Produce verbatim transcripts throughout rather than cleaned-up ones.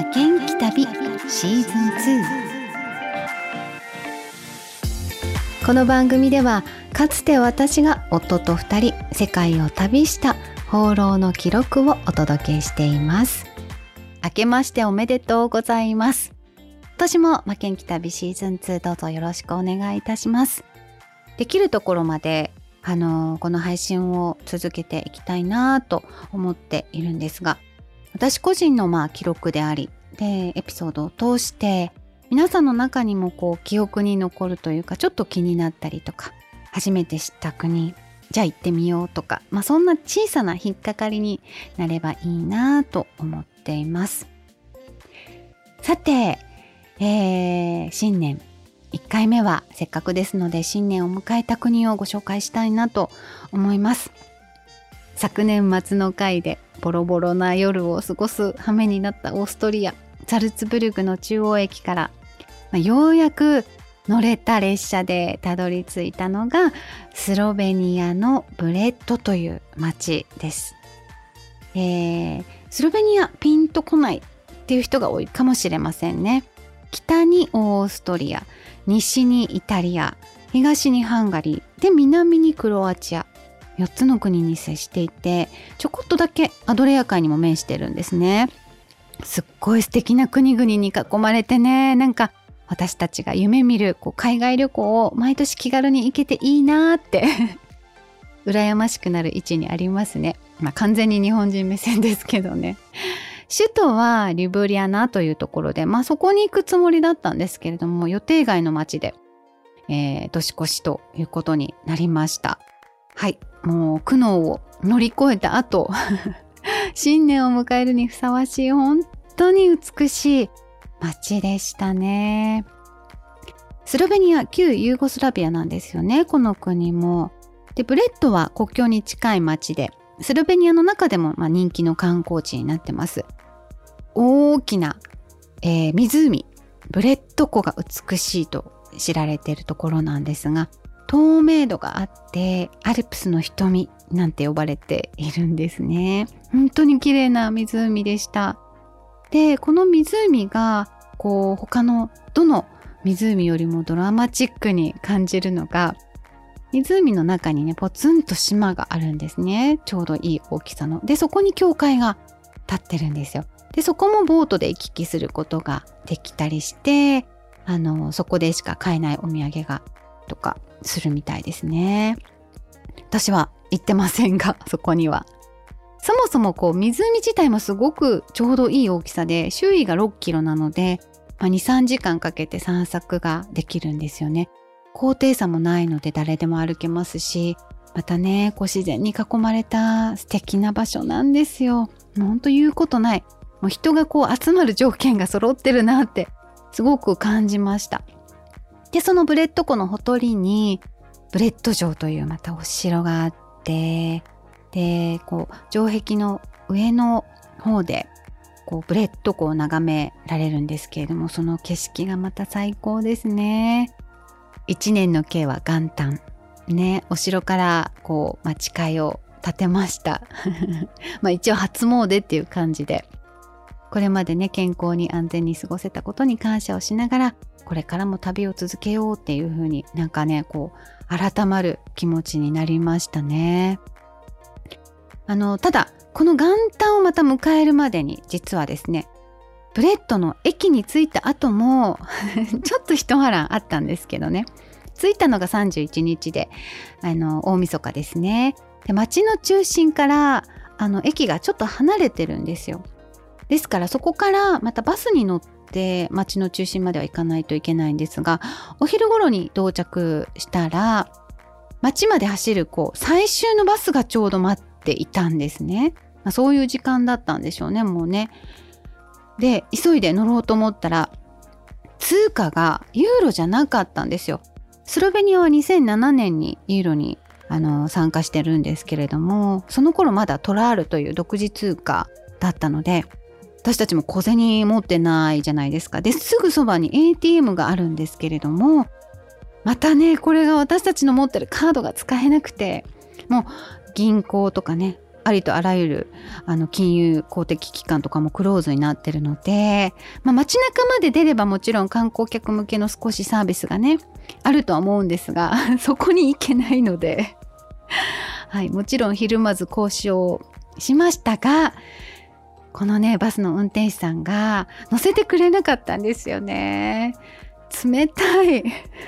負けん気旅シーズンツー。この番組ではかつて私が夫とふたり世界を旅した放浪の記録をお届けしています。明けましておめでとうございます。今年も負けん気旅シーズンツーどうぞよろしくお願いいたします。できるところまであのー、この配信を続けていきたいなと思っているんですが、私個人のまあ記録でありでエピソードを通して皆さんの中にもこう記憶に残るというか、ちょっと気になったりとか、初めて知った国じゃあ行ってみようとか、まあ、そんな小さな引っかかりになればいいなと思っています。さて、えー、新年いっかいめはせっかくですので新年を迎えた国をご紹介したいなと思います。昨年末の回でボロボロな夜を過ごす羽目になったオーストリアザルツブルグの中央駅から、まあ、ようやく乗れた列車でたどり着いたのがスロベニアのブレッドという町です。えー、スロベニアピンとこないっていう人が多いかもしれませんね。北にオーストリア、西にイタリア、東にハンガリーで南にクロアチア、よっつの国に接していて、ちょこっとだけアドレア海にも面してるんですね。すっごい素敵な国々に囲まれてね、なんか私たちが夢見るこう海外旅行を毎年気軽に行けていいなって羨ましくなる位置にありますね。まあ完全に日本人目線ですけどね。首都はリュブリアナというところで、まあそこに行くつもりだったんですけれども、予定外の街で、えー、年越しということになりました。はい、もう苦悩を乗り越えた後新年を迎えるにふさわしい本当に美しい街でしたね。スロベニア旧ユーゴスラビアなんですよね、この国も。でブレッドは国境に近い街で、スロベニアの中でもまあ人気の観光地になってます。大きな、えー、湖ブレッド湖が美しいと知られているところなんですが、透明度があってアルプスの瞳なんて呼ばれているんですね。本当に綺麗な湖でした。でこの湖がこう他のどの湖よりもドラマチックに感じるのが、湖の中にねポツンと島があるんですね。ちょうどいい大きさの。でそこに教会が立ってるんですよ。でそこもボートで行き来することができたりして、あのそこでしか買えないお土産がとかするみたいですね。私は行ってませんが、そこにはそもそもこう湖自体もすごくちょうどいい大きさで、周囲がろっキロなので、まあ、にさんじかんかけて散策ができるんですよね。高低差もないので誰でも歩けますし、またねこう自然に囲まれた素敵な場所なんですよ。もうほんと言うことない、もう人がこう集まる条件が揃ってるなってすごく感じました。でそのブレッド湖のほとりにブレッド城というまたお城があって、でこう城壁の上の方でこうブレッド湖を眺められるんですけれども、その景色がまた最高ですね。一年の計は元旦ね、お城からこう、まあ、誓いを立てましたまあ一応初詣っていう感じで、これまでね健康に安全に過ごせたことに感謝をしながら、これからも旅を続けようっていう風になんかねこう改まる気持ちになりましたね。あのただこの元旦をまた迎えるまでに実はですね、ブレッドの駅に着いた後もちょっと一波乱あったんですけどね。着いたのがさんじゅういちにちで、あの大晦日ですね。で街の中心からあの駅がちょっと離れてるんですよ。ですからそこからまたバスに乗って街の中心までは行かないといけないんですが、お昼頃に到着したら街まで走るこう最終のバスがちょうど待っていたんですね。まあ、そういう時間だったんでしょうね、もうね。で急いで乗ろうと思ったら通貨がユーロじゃなかったんですよ。スロベニアはにせんななねんにユーロにあの参加してるんですけれども、その頃まだトラールという独自通貨だったので、私たちも小銭持ってないじゃないですか。ですぐそばに エーティーエム があるんですけれども、またねこれが私たちの持ってるカードが使えなくて、もう銀行とかねありとあらゆるあの金融公的機関とかもクローズになってるので、まあ、街中まで出ればもちろん観光客向けの少しサービスがねあるとは思うんですがそこに行けないのではい、もちろんひるまず交渉しましたが、このねバスの運転手さんが乗せてくれなかったんですよね。冷たい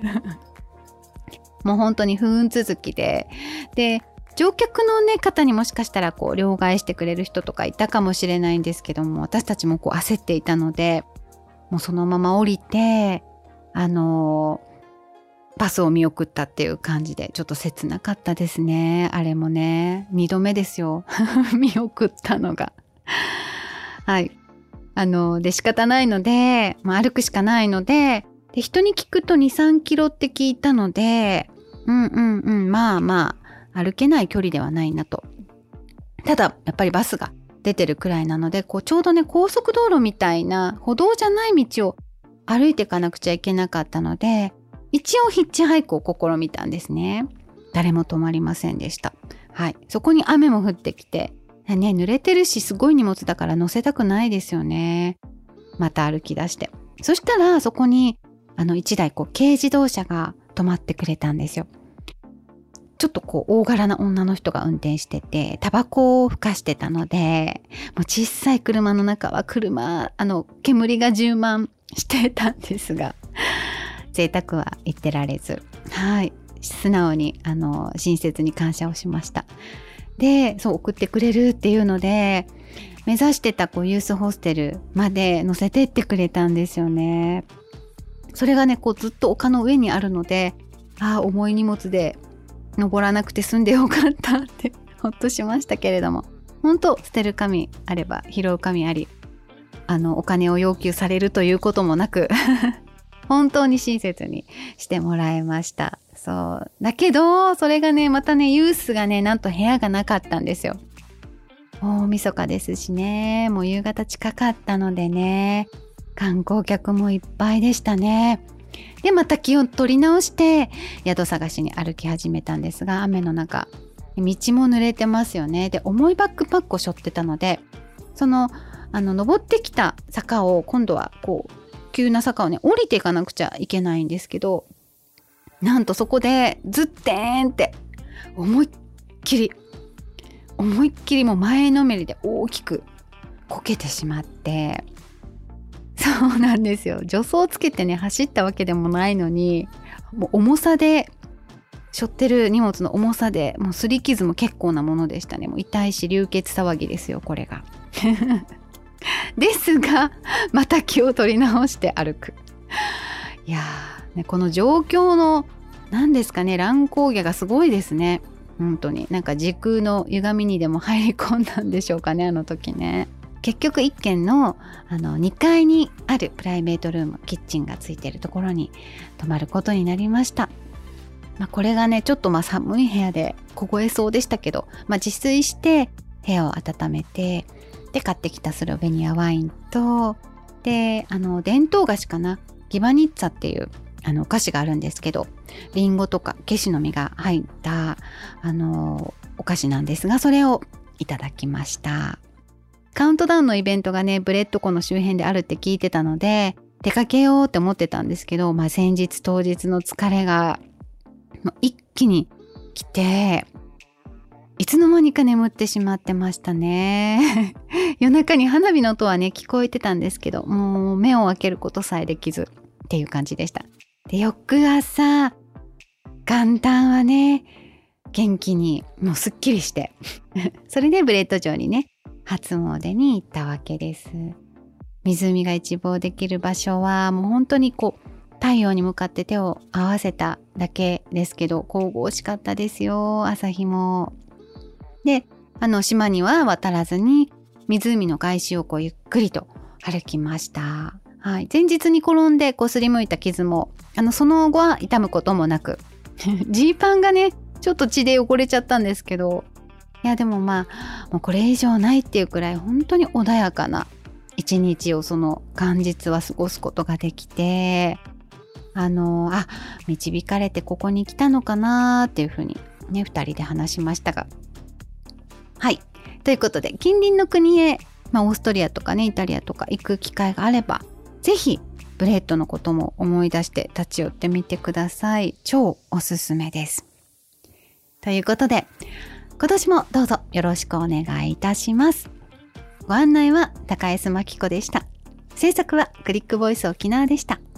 もう本当に不運続きで、で乗客の、ね、方にもしかしたらこう両替してくれる人とかいたかもしれないんですけども、私たちもこう焦っていたので、もうそのまま降りてあのバスを見送ったっていう感じで、ちょっと切なかったですね。あれもねにどめですよ見送ったのがはいあので仕方ないので、まあ、歩くしかないので、で人に聞くと にさんキロって聞いたので、うんうんうんまあまあ歩けない距離ではないなと。ただやっぱりバスが出てるくらいなので、こうちょうどね高速道路みたいな歩道じゃない道を歩いていかなくちゃいけなかったので、一応ヒッチハイクを試みたんですね。誰も止まりませんでした。はい、そこに雨も降ってきて、ね、濡れてるしすごい荷物だから乗せたくないですよね。また歩き出して、そしたらそこにあの一台こう軽自動車が止まってくれたんですよ。ちょっとこう大柄な女の人が運転してて、タバコをふかしてたので、もう小さい車の中は車あの煙が充満してたんですが、贅沢は言ってられず、はい素直にあの親切に感謝をしました。でそう送ってくれるっていうので、目指してたこうユースホステルまで乗せてってくれたんですよね。それがねこうずっと丘の上にあるので、ああ重い荷物で登らなくて済んでよかったってほっとしましたけれども、本当捨てる神あれば拾う神あり、あのお金を要求されるということもなく本当に親切にしてもらいました。そうだけどそれがねまたねユースがねなんと部屋がなかったんですよ。大晦日ですしね、もう夕方近かったのでね、観光客もいっぱいでしたね。でまた気を取り直して宿探しに歩き始めたんですが、雨の中道も濡れてますよね。で重いバックパックを背負ってたので、そのあの登ってきた坂を今度はこう急な坂をね降りていかなくちゃいけないんですけど、なんとそこでズッテーンって思いっきり思いっきりもう前のめりで大きくこけてしまって、そうなんですよ。助走つけてね走ったわけでもないのに、もう重さで背負ってる荷物の重さでもう擦り傷も結構なものでしたね。もう痛いし流血騒ぎですよこれがですがまた気を取り直して歩く。いやー、ね、この状況の何ですかね乱高下がすごいですね。本当になんか時空の歪みにでも入り込んだんでしょうかね、あの時ね。結局一軒の、あのにかいにあるプライベートルーム、キッチンがついているところに泊まることになりました。まあ、これがねちょっとまあ寒い部屋で凍えそうでしたけど、まあ、自炊して部屋を温めて、で買ってきたスロベニアワインと、であの伝統菓子かな、ギバニッツァっていうあのお菓子があるんですけど、リンゴとかケシの実が入ったあのお菓子なんですが、それをいただきました。カウントダウンのイベントがねブレッド湖の周辺であるって聞いてたので出かけようって思ってたんですけど、まあ、先日当日の疲れが一気に来て、いつの間にか眠ってしまってましたね夜中に花火の音はね聞こえてたんですけど、もう目を開けることさえできずっていう感じでした。で翌朝元旦はね元気にもうすっきりしてそれでブレッド城にね初詣に行ったわけです。湖が一望できる場所はもう本当にこう太陽に向かって手を合わせただけですけど、神々しかったですよ、朝日も。であの島には渡らずに湖の外周をこうゆっくりと歩きました。はい、前日に転んでこうすりむいた傷もあのその後は痛むこともなくジーパンがねちょっと血で汚れちゃったんですけど、いやでもまあもうこれ以上ないっていうくらい本当に穏やかな一日をその元日は過ごすことができて、あのあ導かれてここに来たのかなっていうふうにねふたりで話しましたが、はいということで近隣の国へ、まあ、オーストリアとかねイタリアとか行く機会があればぜひブレッドのことも思い出して立ち寄ってみてください。超おすすめです。ということで今年もどうぞよろしくお願いいたします。ご案内は高安真紀子でした。制作はクリックボイス沖縄でした。